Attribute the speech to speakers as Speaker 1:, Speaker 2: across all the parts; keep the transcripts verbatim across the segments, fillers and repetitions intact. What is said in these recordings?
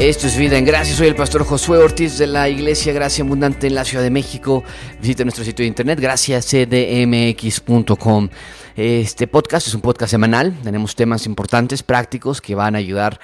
Speaker 1: Esto es Vida en Gracia, soy el pastor Josué Ortiz de la Iglesia Gracia Abundante en la Ciudad de México. Visita nuestro sitio de internet gracia c d m x punto com. Este podcast es un podcast semanal, tenemos temas importantes, prácticos, que van a ayudar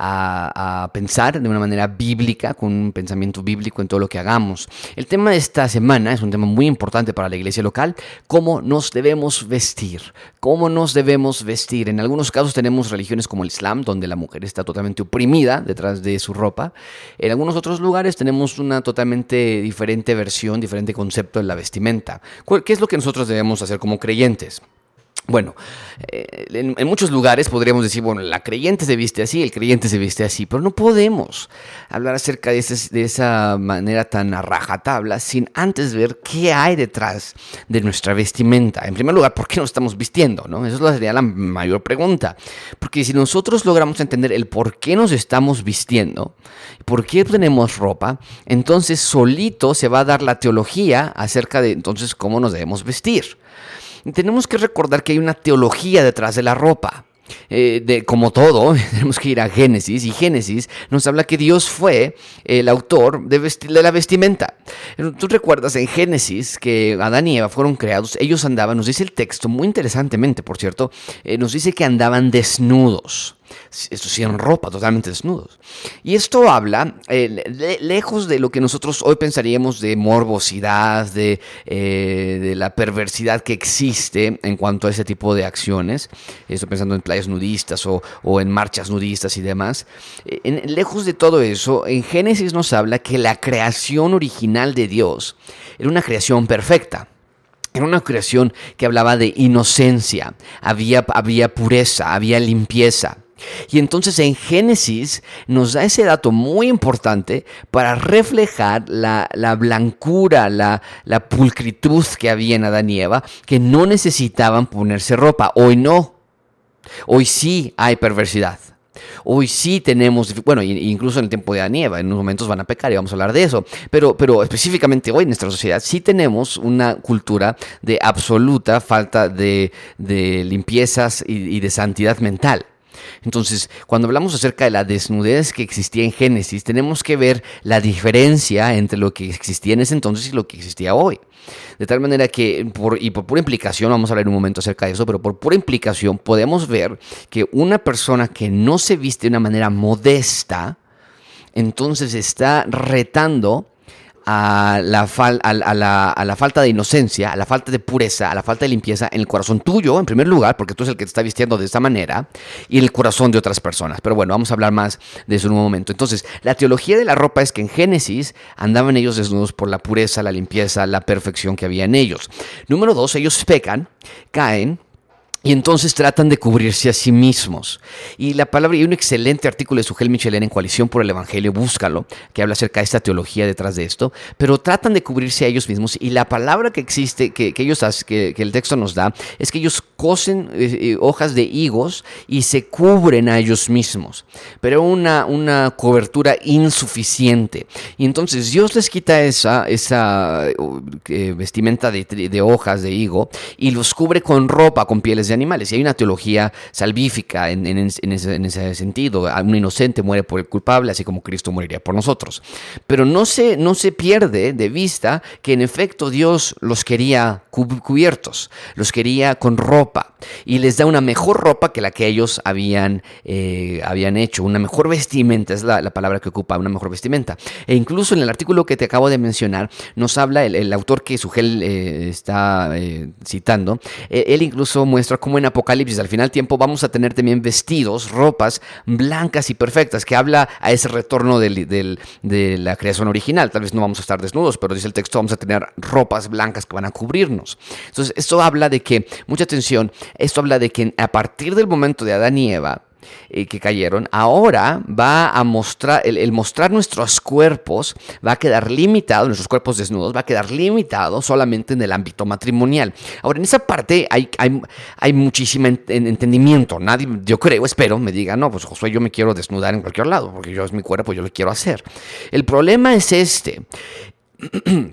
Speaker 1: a, a pensar de una manera bíblica, con un pensamiento bíblico en todo lo que hagamos. El tema de esta semana es un tema muy importante para la iglesia local: cómo nos debemos vestir, cómo nos debemos vestir. En algunos casos tenemos religiones como el Islam, donde la mujer está totalmente oprimida detrás de su ropa. En algunos otros lugares tenemos una totalmente diferente versión, diferente concepto de la vestimenta. ¿Qué es lo que nosotros debemos hacer como creyentes? Bueno, eh, en, en muchos lugares podríamos decir, bueno, la creyente se viste así, el creyente se viste así, pero no podemos hablar acerca de, ese, de esa manera tan a rajatabla sin antes ver qué hay detrás de nuestra vestimenta. En primer lugar, ¿por qué nos estamos vistiendo? ¿No? Esa sería la mayor pregunta. Porque si nosotros logramos entender el por qué nos estamos vistiendo, por qué tenemos ropa, entonces solito se va a dar la teología acerca de entonces cómo nos debemos vestir. Tenemos que recordar que hay una teología detrás de la ropa. Eh, de, como todo, tenemos que ir a Génesis, y Génesis nos habla que Dios fue el autor de, vestir, de la vestimenta. Tú recuerdas en Génesis que Adán y Eva fueron creados, ellos andaban, nos dice el texto muy interesantemente, por cierto, eh, nos dice que andaban desnudos. Esto sí, en ropa, totalmente desnudos. Y esto habla, eh, le, lejos de lo que nosotros hoy pensaríamos de morbosidad, de, eh, de la perversidad que existe en cuanto a ese tipo de acciones. Estoy pensando en playas nudistas o, o en marchas nudistas y demás. Eh, en, lejos de todo eso, en Génesis nos habla que la creación original de Dios era una creación perfecta. Era una creación que hablaba de inocencia, había, había pureza, había limpieza. Y entonces en Génesis nos da ese dato muy importante para reflejar la, la blancura, la, la pulcritud que había en Adán y Eva, que no necesitaban ponerse ropa. Hoy no. Hoy sí hay perversidad. Hoy sí tenemos, bueno, incluso en el tiempo de Adán y Eva, en unos momentos van a pecar y vamos a hablar de eso, pero, pero específicamente hoy en nuestra sociedad sí tenemos una cultura de absoluta falta de, de limpiezas y, y de santidad mental. Entonces, cuando hablamos acerca de la desnudez que existía en Génesis, tenemos que ver la diferencia entre lo que existía en ese entonces y lo que existía hoy. De tal manera que, por, y por pura implicación, vamos a hablar en un momento acerca de eso, pero por pura implicación podemos ver que una persona que no se viste de una manera modesta, entonces está retando A la, fal, a, a, la, a la falta de inocencia, a la falta de pureza, a la falta de limpieza en el corazón tuyo, en primer lugar, porque tú eres el que te está vistiendo de esa manera, y en el corazón de otras personas. Pero bueno, vamos a hablar más de eso en un momento. Entonces, la teología de la ropa es que en Génesis andaban ellos desnudos por la pureza, la limpieza, la perfección que había en ellos. Número dos, ellos pecan, caen, y entonces tratan de cubrirse a sí mismos. Y la palabra, y hay un excelente artículo de Sujel Michelén en Coalición por el Evangelio, búscalo, que habla acerca de esta teología detrás de esto, pero tratan de cubrirse a ellos mismos, y la palabra que existe, que, que ellos que, que el texto nos da, es que ellos cosen eh, hojas de higos y se cubren a ellos mismos, pero una, una cobertura insuficiente. Y entonces Dios les quita esa, esa eh, vestimenta de, de hojas de higo y los cubre con ropa, con pieles de animales. Y hay una teología salvífica en, en, en, ese, en ese sentido. Un inocente muere por el culpable, así como Cristo moriría por nosotros. Pero no se, no se pierde de vista que en efecto Dios los quería cubiertos, los quería con ropa, y les da una mejor ropa que la que ellos habían, eh, habían hecho. Una mejor vestimenta es la, la palabra que ocupa, una mejor vestimenta. E incluso en el artículo que te acabo de mencionar nos habla el, el autor que Sujel eh, está eh, citando. Eh, él incluso muestra como en Apocalipsis, al final del tiempo, vamos a tener también vestidos, ropas blancas y perfectas, que habla a ese retorno del, del, de la creación original. Tal vez no vamos a estar desnudos, pero dice el texto, vamos a tener ropas blancas que van a cubrirnos. Entonces, esto habla de que, mucha atención, esto habla de que a partir del momento de Adán y Eva, eh, que cayeron, ahora va a mostrar, el, el mostrar nuestros cuerpos va a quedar limitado, nuestros cuerpos desnudos, va a quedar limitado solamente en el ámbito matrimonial. Ahora, en esa parte hay, hay, hay muchísimo en, en entendimiento. Nadie, yo creo, espero, me diga, no, pues Josué, yo me quiero desnudar en cualquier lado, porque yo es mi cuerpo, yo lo quiero hacer. El problema es este.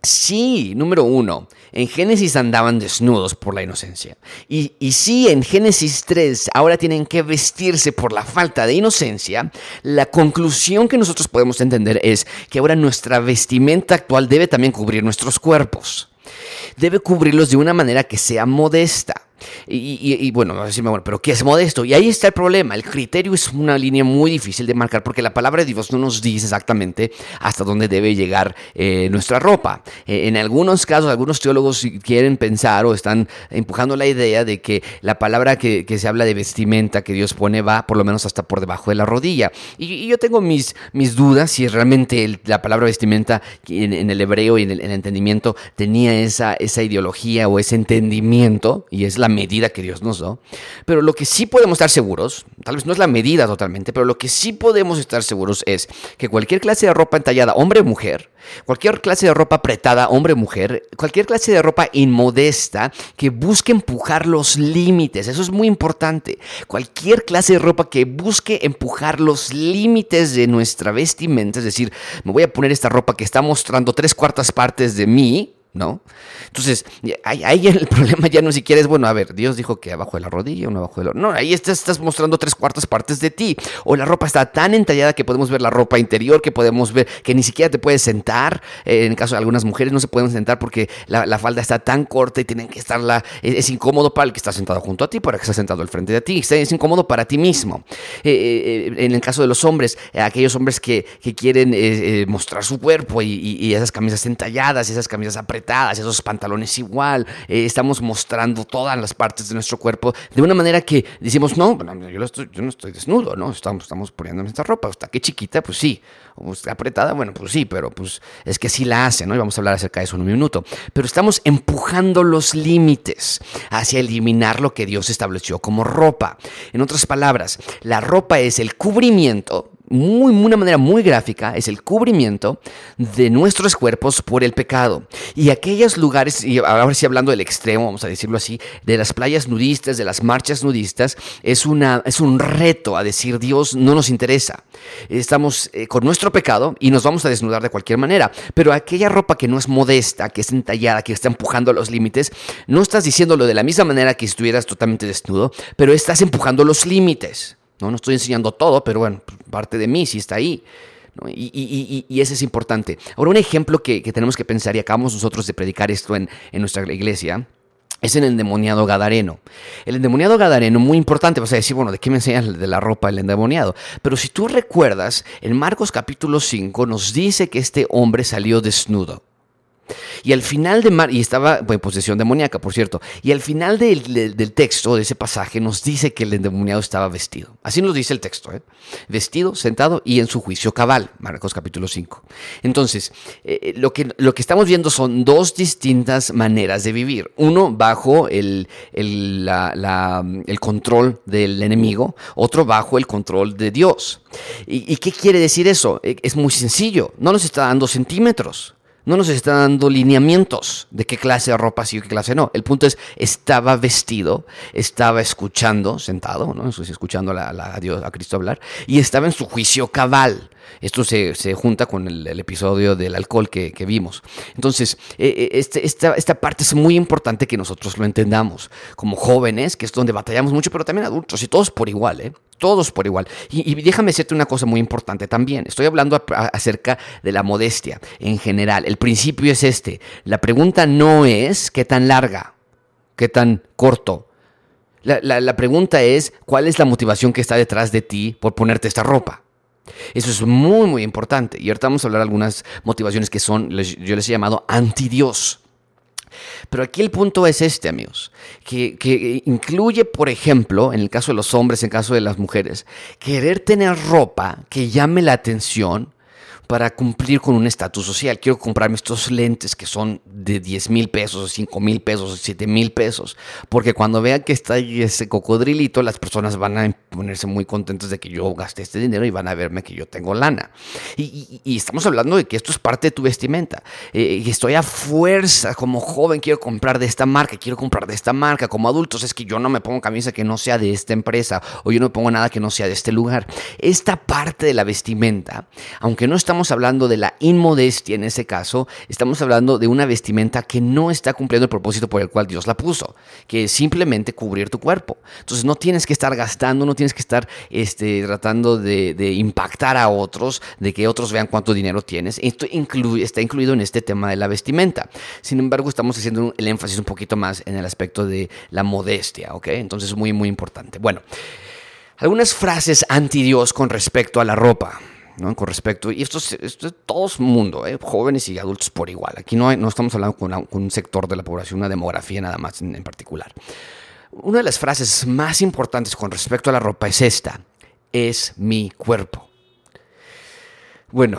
Speaker 1: Sí, número uno, en Génesis andaban desnudos por la inocencia. Y, y sí, en Génesis tres ahora tienen que vestirse por la falta de inocencia. La conclusión que nosotros podemos entender es que ahora nuestra vestimenta actual debe también cubrir nuestros cuerpos. Debe cubrirlos de una manera que sea modesta. Y, y, y bueno, me va a decirme, bueno, pero ¿qué es modesto? Y ahí está el problema. El criterio es una línea muy difícil de marcar porque la palabra de Dios no nos dice exactamente hasta dónde debe llegar eh, nuestra ropa. Eh, en algunos casos, algunos teólogos quieren pensar o están empujando la idea de que la palabra que, que se habla de vestimenta que Dios pone va por lo menos hasta por debajo de la rodilla. Y, y yo tengo mis, mis dudas si realmente el, la palabra vestimenta en, en el hebreo y en el, en el entendimiento tenía esa, esa ideología o ese entendimiento, y es la medida que Dios nos dio. Pero lo que sí podemos estar seguros, tal vez no es la medida totalmente, pero lo que sí podemos estar seguros es que cualquier clase de ropa entallada, hombre o mujer, cualquier clase de ropa apretada, hombre o mujer, cualquier clase de ropa inmodesta que busque empujar los límites, eso es muy importante. Cualquier clase de ropa que busque empujar los límites de nuestra vestimenta, es decir, me voy a poner esta ropa que está mostrando tres cuartas partes de mí, ¿no? Entonces, ahí, ahí el problema ya no siquiera es, bueno, a ver, Dios dijo que abajo de la rodilla o no abajo de la... No, ahí estás, estás mostrando tres cuartas partes de ti. O la ropa está tan entallada que podemos ver la ropa interior, que podemos ver que ni siquiera te puedes sentar. Eh, en el caso de algunas mujeres no se pueden sentar porque la, la falda está tan corta y tienen que estarla... Es, es incómodo para el que está sentado junto a ti, para el que está sentado al frente de ti. Es incómodo para ti mismo. Eh, eh, en el caso de los hombres, eh, aquellos hombres que, que quieren eh, eh, mostrar su cuerpo y, y, y esas camisas entalladas, esas camisas apretadas, esos pantalones igual, eh, estamos mostrando todas las partes de nuestro cuerpo de una manera que decimos, no, yo, lo estoy, yo no estoy desnudo, ¿no? Estamos, estamos poniendo nuestra ropa, está que chiquita, pues sí, o está apretada, bueno, pues sí, pero pues es que sí la hace, ¿no? Y vamos a hablar acerca de eso en un minuto. Pero estamos empujando los límites hacia eliminar lo que Dios estableció como ropa. En otras palabras, la ropa es el cubrimiento, muy, una manera muy gráfica, es el cubrimiento de nuestros cuerpos por el pecado. Y aquellos lugares, y ahora sí hablando del extremo, vamos a decirlo así, de las playas nudistas, de las marchas nudistas, es, una, es un reto a decir, Dios no nos interesa. Estamos eh, con nuestro pecado y nos vamos a desnudar de cualquier manera. Pero aquella ropa que no es modesta, que es entallada, que está empujando los límites, no estás diciéndolo de la misma manera que si estuvieras totalmente desnudo, pero estás empujando los límites. No, no estoy enseñando todo, pero bueno, parte de mí sí está ahí, ¿no? Y, y, y, y ese es importante. Ahora, un ejemplo que, que tenemos que pensar, y acabamos nosotros de predicar esto en, en nuestra iglesia, es en el endemoniado gadareno. El endemoniado gadareno, muy importante, vas a decir, bueno, ¿de qué me enseñas de la ropa el endemoniado? Pero si tú recuerdas, en Marcos capítulo cinco nos dice que este hombre salió desnudo. Y al final de Mar y estaba en posesión demoníaca, por cierto. Y al final del, del, del texto, de ese pasaje, nos dice que el endemoniado estaba vestido. Así nos dice el texto, ¿eh? Vestido, sentado y en su juicio cabal. Marcos capítulo cinco. Entonces, eh, lo, que, lo que estamos viendo son dos distintas maneras de vivir. Uno bajo el, el, la, la, el control del enemigo, otro bajo el control de Dios. ¿Y, y qué quiere decir eso? Es muy sencillo. No nos está dando centímetros. No nos está dando lineamientos de qué clase de ropa sí o qué clase no. El punto es, estaba vestido, estaba escuchando, sentado, ¿no? Escuchando a, la, a Dios, a Cristo hablar, y estaba en su juicio cabal. Esto se, se junta con el, el episodio del alcohol que, que vimos. Entonces, eh, este, esta, esta parte es muy importante que nosotros lo entendamos. Como jóvenes, que es donde batallamos mucho, pero también adultos, y todos por igual, ¿eh? Todos por igual. Y, y déjame decirte una cosa muy importante también. Estoy hablando a, a, acerca de la modestia en general. El principio es este. La pregunta no es qué tan larga, qué tan corto. La, la, la pregunta es cuál es la motivación que está detrás de ti por ponerte esta ropa. Eso es muy, muy importante. Y ahorita vamos a hablar de algunas motivaciones que son, yo les he llamado anti-Dios. Pero aquí el punto es este, amigos, que, que incluye, por ejemplo, en el caso de los hombres, en el caso de las mujeres, querer tener ropa que llame la atención para cumplir con un estatus social. Quiero comprarme estos lentes que son de diez mil pesos, cinco mil pesos, siete mil pesos, porque cuando vean que está ahí ese cocodrilito, las personas van a ponerse muy contentos de que yo gasté este dinero y van a verme que yo tengo lana. Y, y, y estamos hablando de que esto es parte de tu vestimenta. Eh, y estoy a fuerza, como joven, quiero comprar de esta marca, quiero comprar de esta marca. Como adultos, es que yo no me pongo camisa que no sea de esta empresa, o yo no me pongo nada que no sea de este lugar. Esta parte de la vestimenta, aunque no está estamos hablando de la inmodestia en ese caso, estamos hablando de una vestimenta que no está cumpliendo el propósito por el cual Dios la puso, que es simplemente cubrir tu cuerpo. Entonces no tienes que estar gastando, no tienes que estar este, tratando de, de impactar a otros, de que otros vean cuánto dinero tienes. Esto incluye, está incluido en este tema de la vestimenta. Sin embargo, estamos haciendo el énfasis un poquito más en el aspecto de la modestia, ¿ok? Entonces es muy, muy importante. Bueno, algunas frases anti Dios con respecto a la ropa, ¿no? Con respecto, y esto es, esto es todo el mundo, ¿eh? Jóvenes y adultos por igual. Aquí no, hay, no estamos hablando con, una, con un sector de la población, una demografía nada más en, en particular. Una de las frases más importantes con respecto a la ropa es esta: es mi cuerpo. Bueno,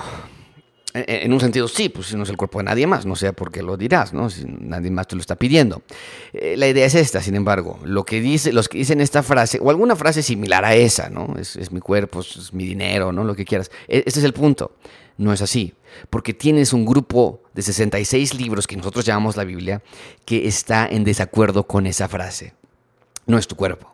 Speaker 1: en un sentido sí, pues no es el cuerpo de nadie más, no sé por qué lo dirás, ¿no? Si nadie más te lo está pidiendo. Eh, la idea es esta, sin embargo, lo que dice, los que dicen esta frase, o alguna frase similar a esa, ¿no? Es, es mi cuerpo, es, es mi dinero, ¿no? Lo que quieras. E- este es el punto. No es así, porque tienes un grupo de sesenta y seis libros que nosotros llamamos la Biblia que está en desacuerdo con esa frase. No es tu cuerpo,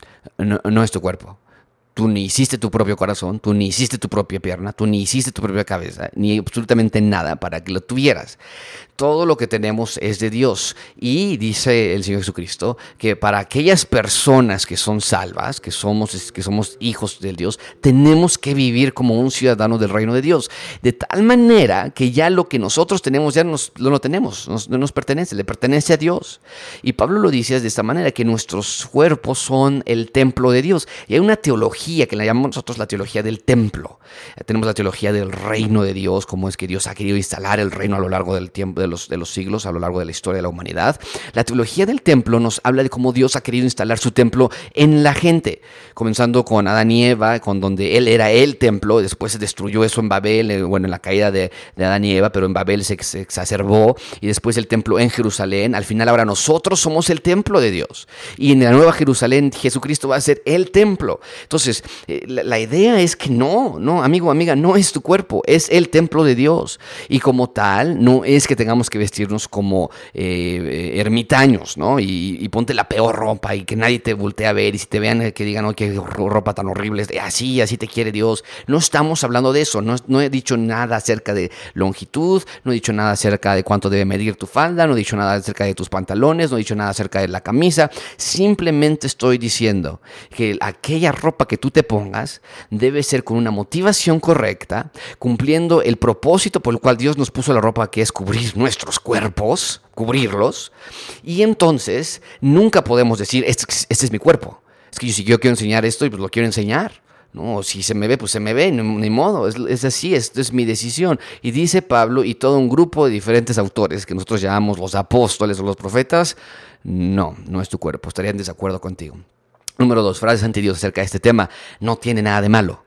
Speaker 1: no, no es tu cuerpo. Tú ni hiciste tu propio corazón, tú ni hiciste tu propia pierna, tú ni hiciste tu propia cabeza, ni absolutamente nada para que lo tuvieras. Todo lo que tenemos es de Dios. Y dice el Señor Jesucristo que para aquellas personas que son salvas, que somos, que somos hijos de Dios, tenemos que vivir como un ciudadano del reino de Dios. De tal manera que ya lo que nosotros tenemos ya nos, no lo tenemos, nos, no nos pertenece, le pertenece a Dios. Y Pablo lo dice de esta manera, que nuestros cuerpos son el templo de Dios. Y hay una teología que la llamamos nosotros la teología del templo. Tenemos la teología del reino de Dios, cómo es que Dios ha querido instalar el reino a lo largo del tiempo, de los, de los siglos, a lo largo de la historia de la humanidad. La teología del templo nos habla de cómo Dios ha querido instalar su templo en la gente, comenzando con Adán y Eva, con donde él era el templo. Después se destruyó eso en Babel, bueno, en la caída de, de Adán y Eva, pero en Babel se, se exacerbó, y después el templo en Jerusalén. Al final ahora nosotros somos el templo de Dios, y en la nueva Jerusalén Jesucristo va a ser el templo. Entonces eh, la, la idea es que no, no, amigo, amiga, no es tu cuerpo, es el templo de Dios, y como tal no es que tengamos que vestirnos como eh, ermitaños, ¿no? Y, y ponte la peor ropa y que nadie te voltee a ver, y si te vean que digan, oh, qué ropa tan horrible, así, así te quiere Dios. No estamos hablando de eso, no, no he dicho nada acerca de longitud, no he dicho nada acerca de cuánto debe medir tu falda, no he dicho nada acerca de tus pantalones, no he dicho nada acerca de la camisa. Simplemente estoy diciendo que aquella ropa que tú te pongas debe ser con una motivación correcta, cumpliendo el propósito por el cual Dios nos puso la ropa, que es cubrir nuestros cuerpos, cubrirlos. Y entonces nunca podemos decir, este, este es mi cuerpo. Es que yo, si yo quiero enseñar esto, pues lo quiero enseñar. No, si se me ve, pues se me ve, ni, ni modo, es, es así, esto es mi decisión. Y dice Pablo y todo un grupo de diferentes autores que nosotros llamamos los apóstoles o los profetas, no, no es tu cuerpo, estaría en desacuerdo contigo. Número dos, frases anti Dios acerca de este tema: no tiene nada de malo.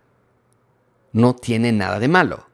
Speaker 1: No tiene nada de malo.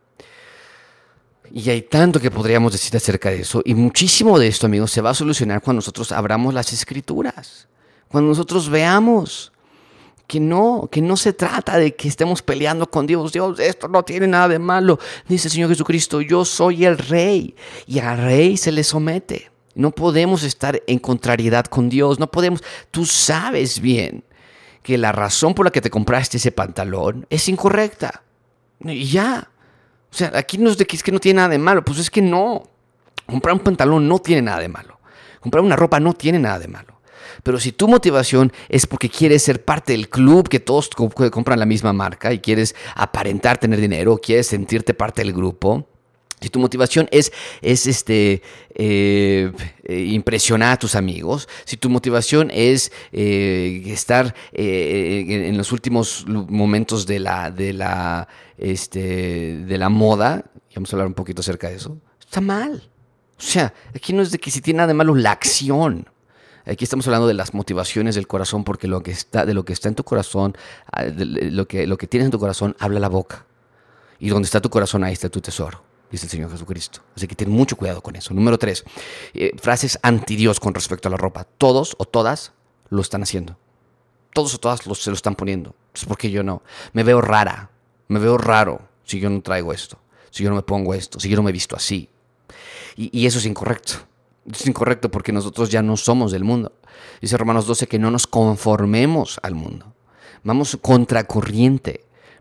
Speaker 1: Y hay tanto que podríamos decir acerca de eso, y muchísimo de esto, amigos, se va a solucionar cuando nosotros abramos las Escrituras, cuando nosotros veamos que no, que no se trata de que estemos peleando con Dios. Dios, esto no tiene nada de malo. Dice el Señor Jesucristo, yo soy el Rey, y al Rey se le somete. No podemos estar en contrariedad con Dios, no podemos. Tú sabes bien que la razón por la que te compraste ese pantalón es incorrecta. Y ya. O sea, aquí no es de que es que no tiene nada de malo. Pues es que no. Comprar un pantalón no tiene nada de malo. Comprar una ropa no tiene nada de malo. Pero si tu motivación es porque quieres ser parte del club, que todos compran la misma marca y quieres aparentar tener dinero, quieres sentirte parte del grupo, si tu motivación es, es este, eh, eh, impresionar a tus amigos, si tu motivación es eh, estar eh, en, en los últimos momentos de la, de, la, este, de la moda, y vamos a hablar un poquito acerca de eso, está mal. O sea, aquí no es de que si tiene nada de malo la acción. Aquí estamos hablando de las motivaciones del corazón, porque lo que está, de lo que está en tu corazón, de lo que, lo que tienes en tu corazón, habla la boca. Y donde está tu corazón, ahí está tu tesoro, dice el Señor Jesucristo. Así que ten mucho cuidado con eso. Número tres, eh, frases anti Dios con respecto a la ropa. Todos o todas lo están haciendo. Todos o todas lo, se lo están poniendo. Es porque yo no. Me veo rara, me veo raro si yo no traigo esto, si yo no me pongo esto, si yo no me visto así. Y, y eso es incorrecto. Es incorrecto porque nosotros ya no somos del mundo. Dice Romanos doce que no nos conformemos al mundo. Vamos contracorriente.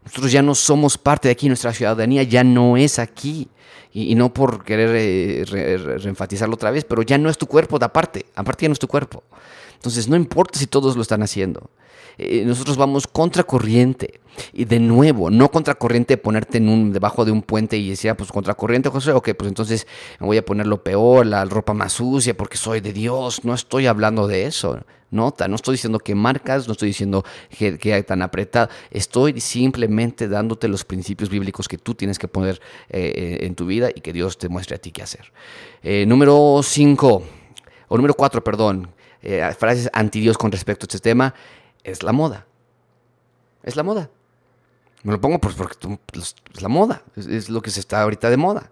Speaker 1: Nosotros ya no somos parte de aquí, nuestra ciudadanía ya no es aquí. Y, y no por querer eh, re, re, reenfatizarlo otra vez, pero ya no es tu cuerpo de aparte, aparte ya no es tu cuerpo. Entonces no importa si todos lo están haciendo. Eh, nosotros vamos contracorriente. Y de nuevo, no contracorriente de ponerte en un, debajo de un puente y decir, ah, pues contracorriente, José, ok, pues entonces me voy a poner lo peor, la ropa más sucia porque soy de Dios. No estoy hablando de eso. Nota, no estoy diciendo que marcas, no estoy diciendo que, que tan apretado. Estoy simplemente dándote los principios bíblicos que tú tienes que poner eh, en tu vida y que Dios te muestre a ti qué hacer. Eh, número cinco, o número cuatro, perdón, eh, frases anti Dios con respecto a este tema, es la moda. Es la moda. Me lo pongo pues porque es la moda, es, es lo que se está ahorita de moda.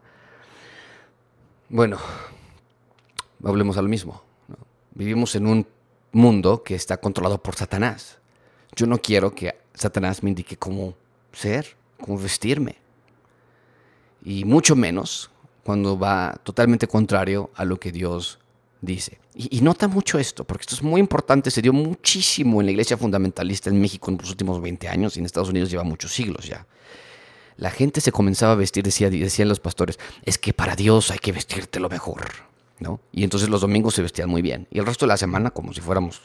Speaker 1: Bueno, hablemos a lo mismo, ¿no? Vivimos en un mundo que está controlado por Satanás. Yo no quiero que Satanás me indique cómo ser, cómo vestirme. Y mucho menos cuando va totalmente contrario a lo que Dios dice. Y, y nota mucho esto, porque esto es muy importante, se dio muchísimo en la iglesia fundamentalista en México en los últimos veinte años y en Estados Unidos lleva muchos siglos ya. La gente se comenzaba a vestir, decía, decían los pastores, es que para Dios hay que vestirte lo mejor, ¿no? Y entonces los domingos se vestían muy bien y el resto de la semana como si fuéramos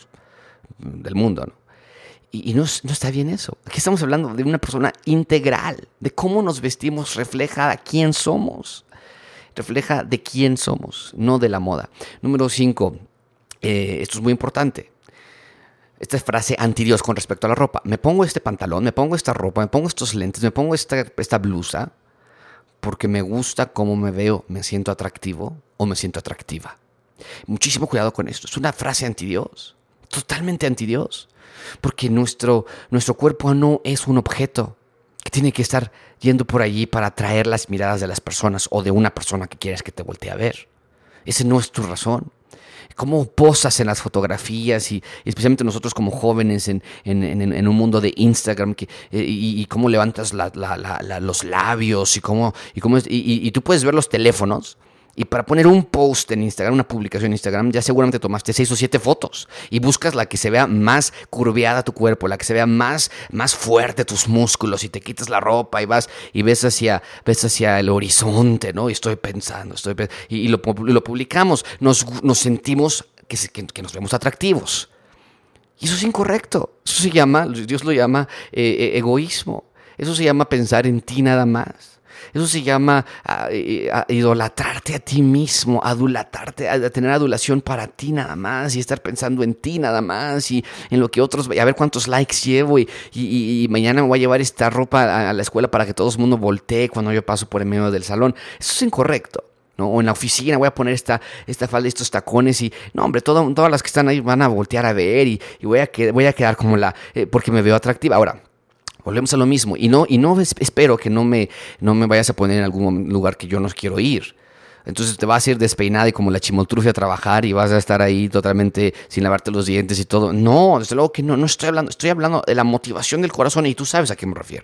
Speaker 1: del mundo, ¿no? Y, y no, no está bien eso. Aquí estamos hablando de una persona integral, de cómo nos vestimos refleja a quién somos. Refleja de quién somos, no de la moda. Número cinco, eh, esto es muy importante. Esta frase anti-Dios con respecto a la ropa. Me pongo este pantalón, me pongo esta ropa, me pongo estos lentes, me pongo esta, esta blusa porque me gusta cómo me veo, me siento atractivo o me siento atractiva. Muchísimo cuidado con esto. Es una frase anti-Dios, totalmente anti-Dios, porque nuestro, nuestro cuerpo no es un objeto que tiene que estar yendo por allí para atraer las miradas de las personas o de una persona que quieres que te voltee a ver. Esa no es tu razón. Cómo posas en las fotografías y especialmente nosotros como jóvenes en, en, en, en un mundo de Instagram que, eh, y, y cómo levantas la, la, la, la, los labios y cómo, y, cómo es, y, y, y tú puedes ver los teléfonos. Y para poner un post en Instagram, una publicación en Instagram, ya seguramente tomaste seis o siete fotos y buscas la que se vea más curveada tu cuerpo, la que se vea más, más fuerte tus músculos y te quitas la ropa y vas y ves hacia, ves hacia el horizonte, ¿no? Y estoy pensando, estoy pens- y, y, lo, y lo publicamos, nos, nos sentimos que, se, que, que nos vemos atractivos. Y eso es incorrecto, eso se llama, Dios lo llama eh, egoísmo, eso se llama pensar en ti nada más. Eso se llama a, a, a idolatrarte a ti mismo, adulatarte, a, a tener adulación para ti nada más y estar pensando en ti nada más y en lo que otros, a ver cuántos likes llevo y, y, y mañana me voy a llevar esta ropa a, a la escuela para que todo el mundo voltee cuando yo paso por el medio del salón. Eso es incorrecto, ¿no? O en la oficina voy a poner esta, esta falda y estos tacones y no, hombre, todo, todas las que están ahí van a voltear a ver y, y voy, a que, voy a quedar como la, eh, porque me veo atractiva. Ahora, volvemos a lo mismo. Y no, y no espero que no me, no me vayas a poner en algún lugar que yo no quiero ir. Entonces te vas a ir despeinada y como la chimoltrufia a trabajar y vas a estar ahí totalmente sin lavarte los dientes y todo. No, desde luego que no, no estoy hablando. Estoy hablando de la motivación del corazón y tú sabes a qué me refiero.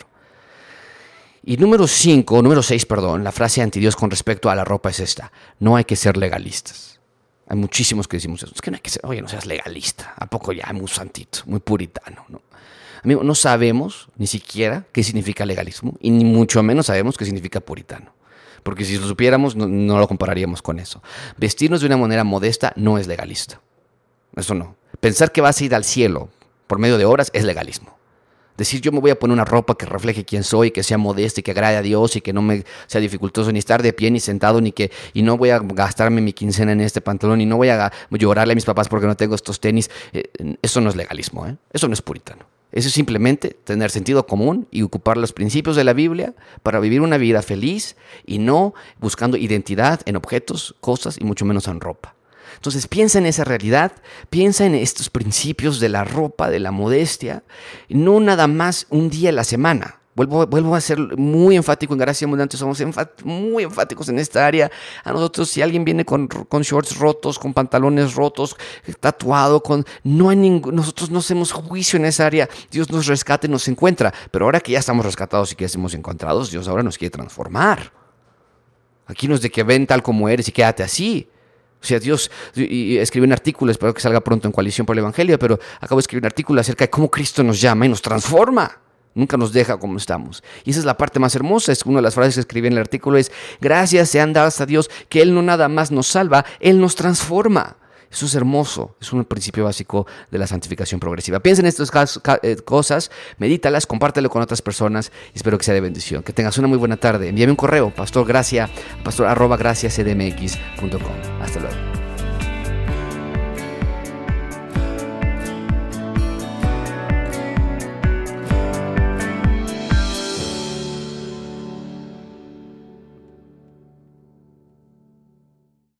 Speaker 1: Y número cinco, número seis, perdón, la frase anti-Dios con respecto a la ropa es esta. No hay que ser legalistas. Hay muchísimos que decimos eso. Es que no hay que ser, oye, no seas legalista. ¿A poco ya? Muy santito, muy puritano, ¿no? Amigo, no sabemos ni siquiera qué significa legalismo y ni mucho menos sabemos qué significa puritano. Porque si lo supiéramos, no, no lo compararíamos con eso. Vestirnos de una manera modesta no es legalista. Eso no. Pensar que vas a ir al cielo por medio de obras es legalismo. Decir yo me voy a poner una ropa que refleje quién soy, que sea modesta y que agrade a Dios y que no me sea dificultoso ni estar de pie ni sentado ni que y no voy a gastarme mi quincena en este pantalón y no voy a llorarle a mis papás porque no tengo estos tenis. Eh, eso no es legalismo, ¿eh? Eso no es puritano. Eso es simplemente tener sentido común y ocupar los principios de la Biblia para vivir una vida feliz y no buscando identidad en objetos, cosas y mucho menos en ropa. Entonces piensa en esa realidad, piensa en estos principios de la ropa, de la modestia, no nada más un día a la semana. Vuelvo, vuelvo a ser muy enfático en Gracia Abundante, somos enfat- muy enfáticos en esta área. A nosotros, si alguien viene con, con shorts rotos, con pantalones rotos, tatuado, con no hay ningún, nosotros no hacemos juicio en esa área. Dios nos rescata y nos encuentra. Pero ahora que ya estamos rescatados y que ya estamos encontrados, Dios ahora nos quiere transformar. Aquí no es de que ven tal como eres y quédate así. O sea, Dios, y escribí un artículo, espero que salga pronto en Coalición por el Evangelio, pero acabo de escribir un artículo acerca de cómo Cristo nos llama y nos transforma. nunca nos deja como estamos. Y esa es la parte más hermosa, es una de las frases que escribí en el artículo, es: gracias sean dadas a Dios que Él no nada más nos salva, Él nos transforma. Eso es hermoso, es un principio básico de la santificación progresiva. Piensa en estas cosas, medítalas, compártelo con otras personas y espero que sea de bendición. Que tengas una muy buena tarde. Envíame un correo, pastor gracia, pastor arroba gracia c d m x punto com. Hasta luego.